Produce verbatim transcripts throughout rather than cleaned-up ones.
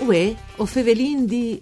Uè, o Fevelin di...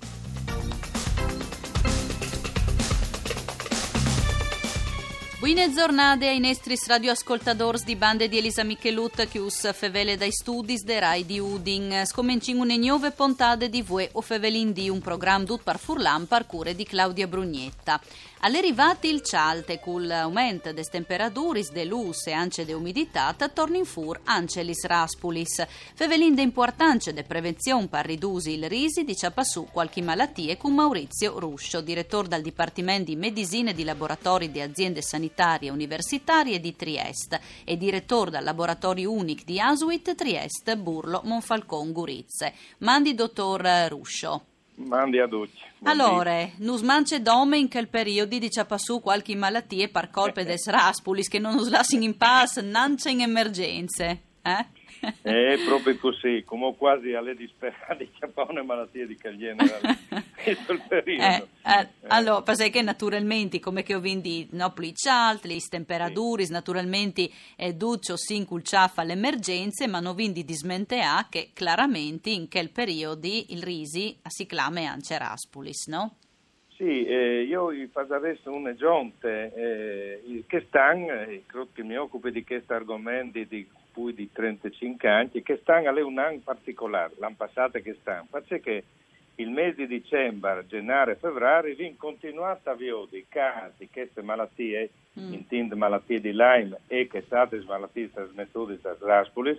Buine giornate ai nostri radioascoltadors di bande di Elisa Michelut che us fevele dai studis de Rai di Udin. Scomincin une nuove puntate di Vue o Fevelin di un programma dut par Furlan par cure di Claudia Brugnetta. All'arrivati il cialte col aumento des temperaturis de lus e anche de umidità torna in fur ancelis raspulis. Fevelin de importanza de prevenzione per ridurre il risi di ciapassù qualche malattie con Maurizio Ruscio, direttore dal Dipartimento di Medicina e di Laboratori di Aziende Sanitarie Universitarie di Trieste e direttore dal Laboratorio Unic di Asuit Trieste, Burlo, Monfalcon, Gurizze. Mandi dottor Ruscio. Mandi a tutti. Allora, nus mance dome in quel periodo di ciapassù qualche malattie per colpe des raspulis che non us lasciano in pass, nance in emergenze, eh? È proprio così, come quasi alle disperate che fa una malattia di quel genere questo il periodo. Eh, eh, allora, perché che naturalmente, come che ho vinto, no, più alti, le temperature, sì. Naturalmente è duccio si inculciaffa alle emergenze, ma non vindi dismentea che chiaramente in quel periodo il risi si clama anche raspulis, no? Sì, eh, io vi faccio adesso un giunte eh, che stanno, eh, credo che mi occupi di questi argomenti di più di trentacinque anni, che stanno a un anno particolare, l'anno passato che stanno, perché il mese di dicembre, gennaio e febbraio, vi continuato a avere dei casi di queste malattie, mm. intende malattie di Lyme e che state malattie trasmesse da raspulis,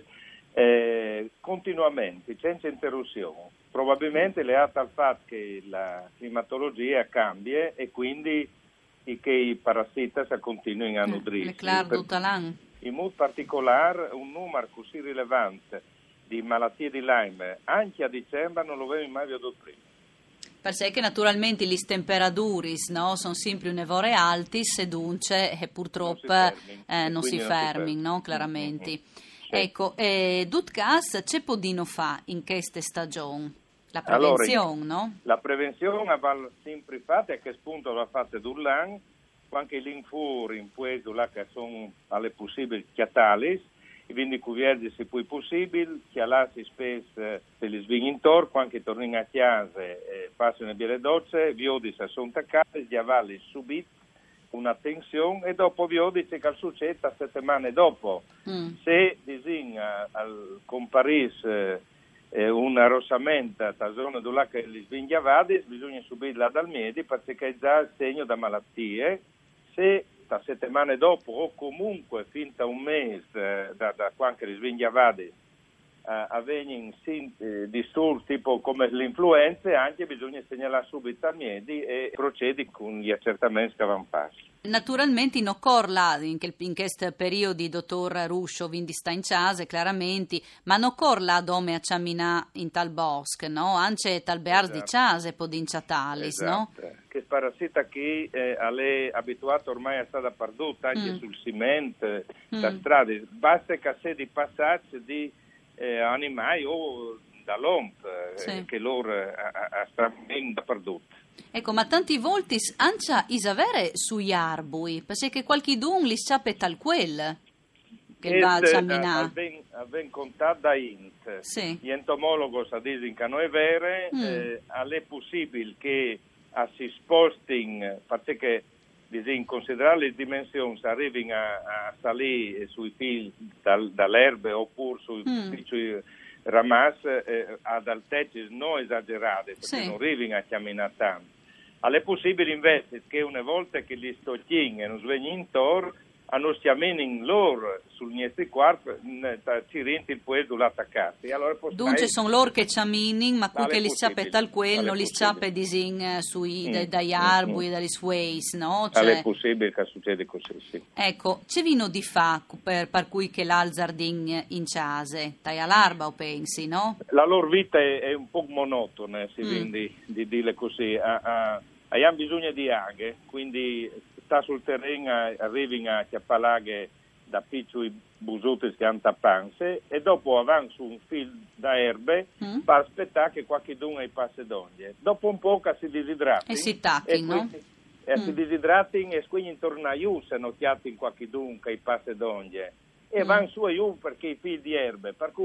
eh, continuamente, senza interruzione. Probabilmente legata al fatto che la climatologia cambia e quindi che i parassiti continuino a nutrirsi. Eh, in modo particolare un numero così rilevante di malattie di Lyme anche a dicembre non lo avevo mai veduto prima. Perché naturalmente le temperature no, sono sempre un'evore altis e dunque e purtroppo non si fermino, eh, no, chiaramente. Mm-hmm. Sì. Ecco, eh, Dutcas c'è podino fa in queste stagioni? La prevenzione, allora, no? La prevenzione va sempre fatta e che spunto va fatta d'Urlan, anche l'infuri in questo là che sono alle possibili chiatalis, e quindi cuviergi se poi possibile, chialassi spesso se li svigli intorno, anche tornino a casa e passano a bere docce, viodi se sono attaccati, gli avalli subito una tensione e dopo viodi c'è che succede a settimane dopo. Mm. Se disegna al comparis Eh, un arrossamento a zona dove che li svingiavadi, bisogna subirla dal medico perché è già il segno da malattie. Se da settimane dopo o comunque fin da un mese eh, da, da quando li svingiavadi eh, avvengono eh, disturbi tipo come l'influenza, anche bisogna segnalare subito al medico e procedi con gli accertamenti che vanno passi. Naturalmente in occorla in, in questo periodo dottor Ruscio vindi sta in ciase chiaramente, ma non occorla dome a camminare in tal bosco, no? Anche tal bears esatto. Di ciase podin ciatalis, esatto. No? Che parassita qui eh, è abituato ormai a stare perduta anche mm. sul cemento, mm. da strade, basta che sia di passaggio di eh, animali o dall'omp sì. eh, che loro a stramenno perduto. Ecco, ma tanti volti ancia isavere sugli arbui, perché qualche dun li sciape tal quel che va a camminare. Avven contato da Int, sì. Gli entomologhi sa dicono che non è vero, mm. eh, è possibile che a si spostino, perché in considerare le dimensioni arrivino a, a salire sui fili dal, dall'erbe oppure sui mm. sui ramas eh, ad altezze non esagerate, perché sì. non arrivano a camminare tanto. È possibile invece che una volta che gli stocchini non svegliano intorno, hanno stiameno in loro sul nostro quarto, ci renti il puedo l'attaccati. Allora, dunque sono loro che camminano, ma quello che li sciape tal quel, non li sciape disin sui, mm. dai, dagli arbui, mm. dagli sways, no? Cioè, è possibile che succeda così, sì. Ecco, c'è vino di fa per, per cui che l'alzardin in ciase, tai all'arba o pensi, no? La loro vita è, è un po' monotona, si mm. viene di, di dire così. A, a, hanno bisogno di aghe, quindi sta sul terreno, arrivano a chiappalaghe da piccoli busuti che hanno tappanze e dopo avanti su un fil da erbe mm. per aspettare che qualcuno ai passe d'oglie. Dopo un po' che si disidratano e si tacchino, e mm. si disidratano e quindi intorno a giù se non chiatti in qualcuno che ai passe d'oglie e mm. vanno su e giù perché i fili di erbe, per cui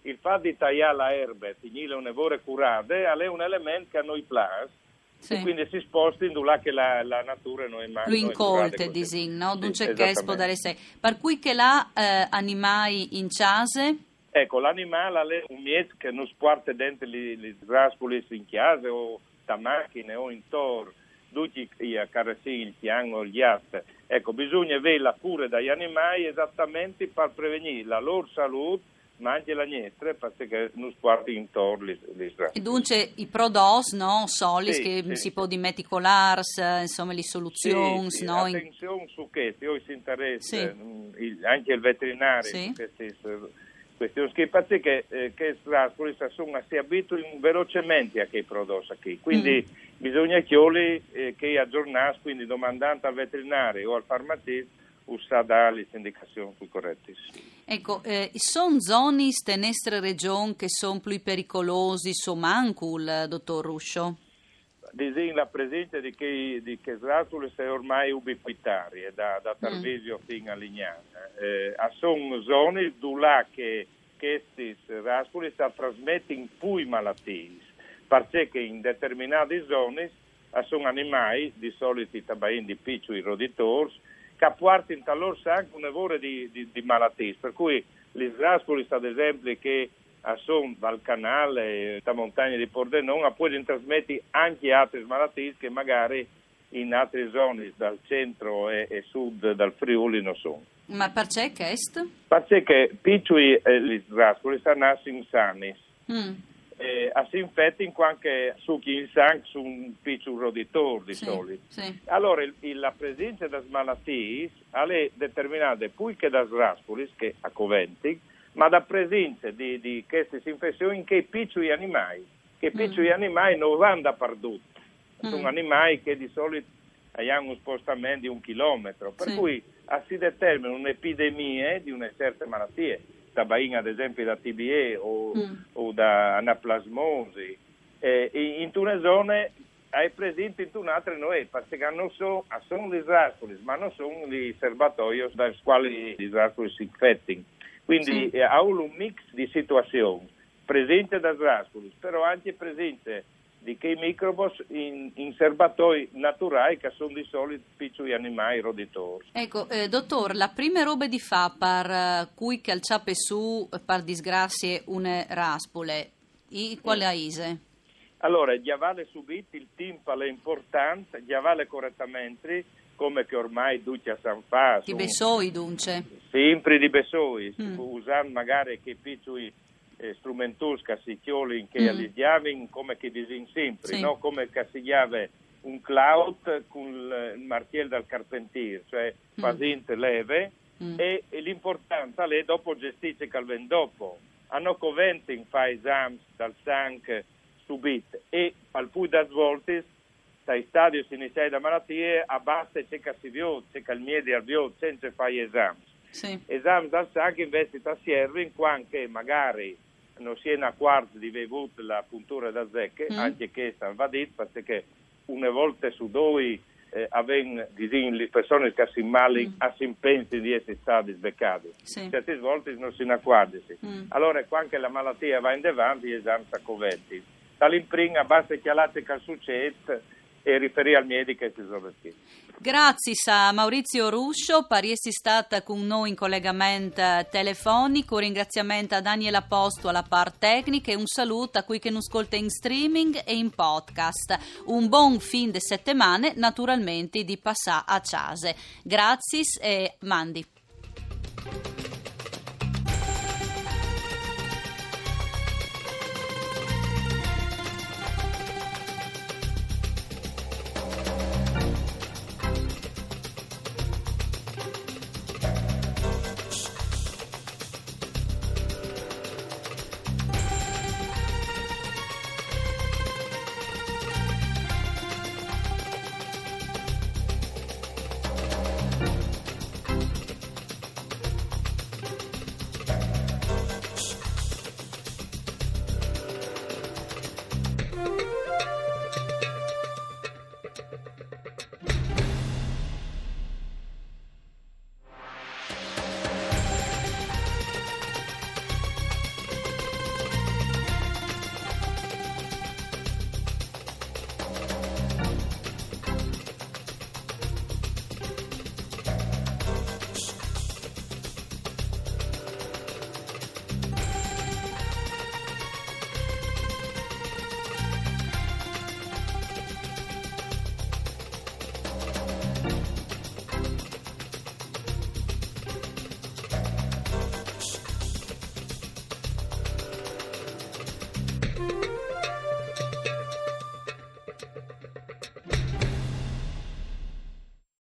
il fatto di tagliare la erba, finire un evore curate, è un elemento che a noi piace. Sì. E quindi si sposta in là che la, la natura non è mai. Lo incolte, disin, no? Sì, Dunque che spodare sei. Per cui che là eh, animai in case? Ecco, l'animale è un miez che non sporta dentro le raspoli in chiesa o da macchine o in tor, tutti i carassi, il fianco, gli atti. Ecco, bisogna avere la cura degli animali esattamente per prevenire la loro salute, ma anche la nostra, perché non sporta in tor le, le e dunque i prodos, no? Solis sì, che sì, si può dimeticolars, insomma le soluzioni, sì, sì. no? Attenzione su questo, io si interessa sì. il, anche il veterinario sì. su queste questioni, perché eh, che raspoli sono si abituano velocemente a quei prodotti qui, quindi mm. bisogna che eh, che aggiornarsi, quindi domandando al veterinario o al farmacista usa dare le indicazioni più corrette. Ecco, eh, sono zone in nostra regione che sono più pericolosi, somancul, dottor Ruscio? Disin, la presenza di che di che raspoli è ormai ubiquitaria, da, da Tarvisio mm. fino a Lignana. Eh, sono zone dove che questi raspoli si trasmettono più malattie, perché in determinate zone sono animali, di solito i tabaini di piccoli roditori, che portano in loro sangue un evore di, di, di malattie, per cui gli raspoli, ad esempio, che sono dal canale, da montagna di Pordenone, poi trasmettere anche altre malattie che magari in altre zone dal centro e, e sud del Friuli non sono. Ma perché questo? Perché piccoli eh, gli raspoli stanno sani. Mm. Eh, si infettano anche su chi in sangue su un piccolo roditore di sì, solito. Sì. Allora il, il, la presenza delle malattie è determinata più che da raspoli che a coventi, ma da presenza di, di queste infezioni che i piccoli animali, che i piccoli mm. animali non vanno da perduti. Mm. Sono animali che di solito hanno un spostamento di un chilometro, per sì. cui si determina un'epidemia di una certa malattia. Tabaina ad esempio da T B E o, mm. o da anaplasmosi, eh, in una zona è presente in un'altra noi, perché non sono, sono gli raspoli, ma non sono gli serbatoi dai quali gli raspoli si infettano. Quindi sì. ha un mix di situazioni, presente da raspoli, però anche presente di che microbos in, in serbatoi naturali che sono di solito piccoli animali roditori. Ecco, eh, dottor, la prima roba di fa per uh, cui calciape su per disgrazie une raspole, i quale mm. aise? Allora, già vale subito il timpano è importante, già vale correttamente, come che ormai tutti a San Fa. Di Bessoi, dunque? Sempre di Bessoi, mm. usando magari che piccoli Eh, strumentus che si chioli che mm. li diavi come che disin sempre, sì. no? Come che si chiave un cloud con il martello del carpentier, cioè mm. paziente leve mm. e, e l'importanza è dopo gestisce che il dopo hanno covente in fa esami dal sangue subito e al poi da svolte dai stadi iniziali da malattie a basta c'è che si vio, c'è che il miede al vio senza fare esami. Sì. Esami dal sangue invece da serve in quanto magari non si è una quarta di bevuto la puntura da zecche, mm. anche questa va detto perché una volta su due eh, avvengono le persone che si male mm. si pensano di essere stati sbeccati. Sì. Certe volte non si ne accorgono. Mm. Allora quando la malattia va in avanti, gli esami si covetti. Dall'imprima basta chialate che succede e riferire al medico e si risolve. Grazie a Maurizio Ruscio per essere stata con noi in collegamento telefonico. Un ringraziamento a Daniela Posto alla parte tecnica e un saluto a cui che non ascolta in streaming e in podcast. Un buon fin de settimane, naturalmente di passà a Ciase. Grazie e mandi.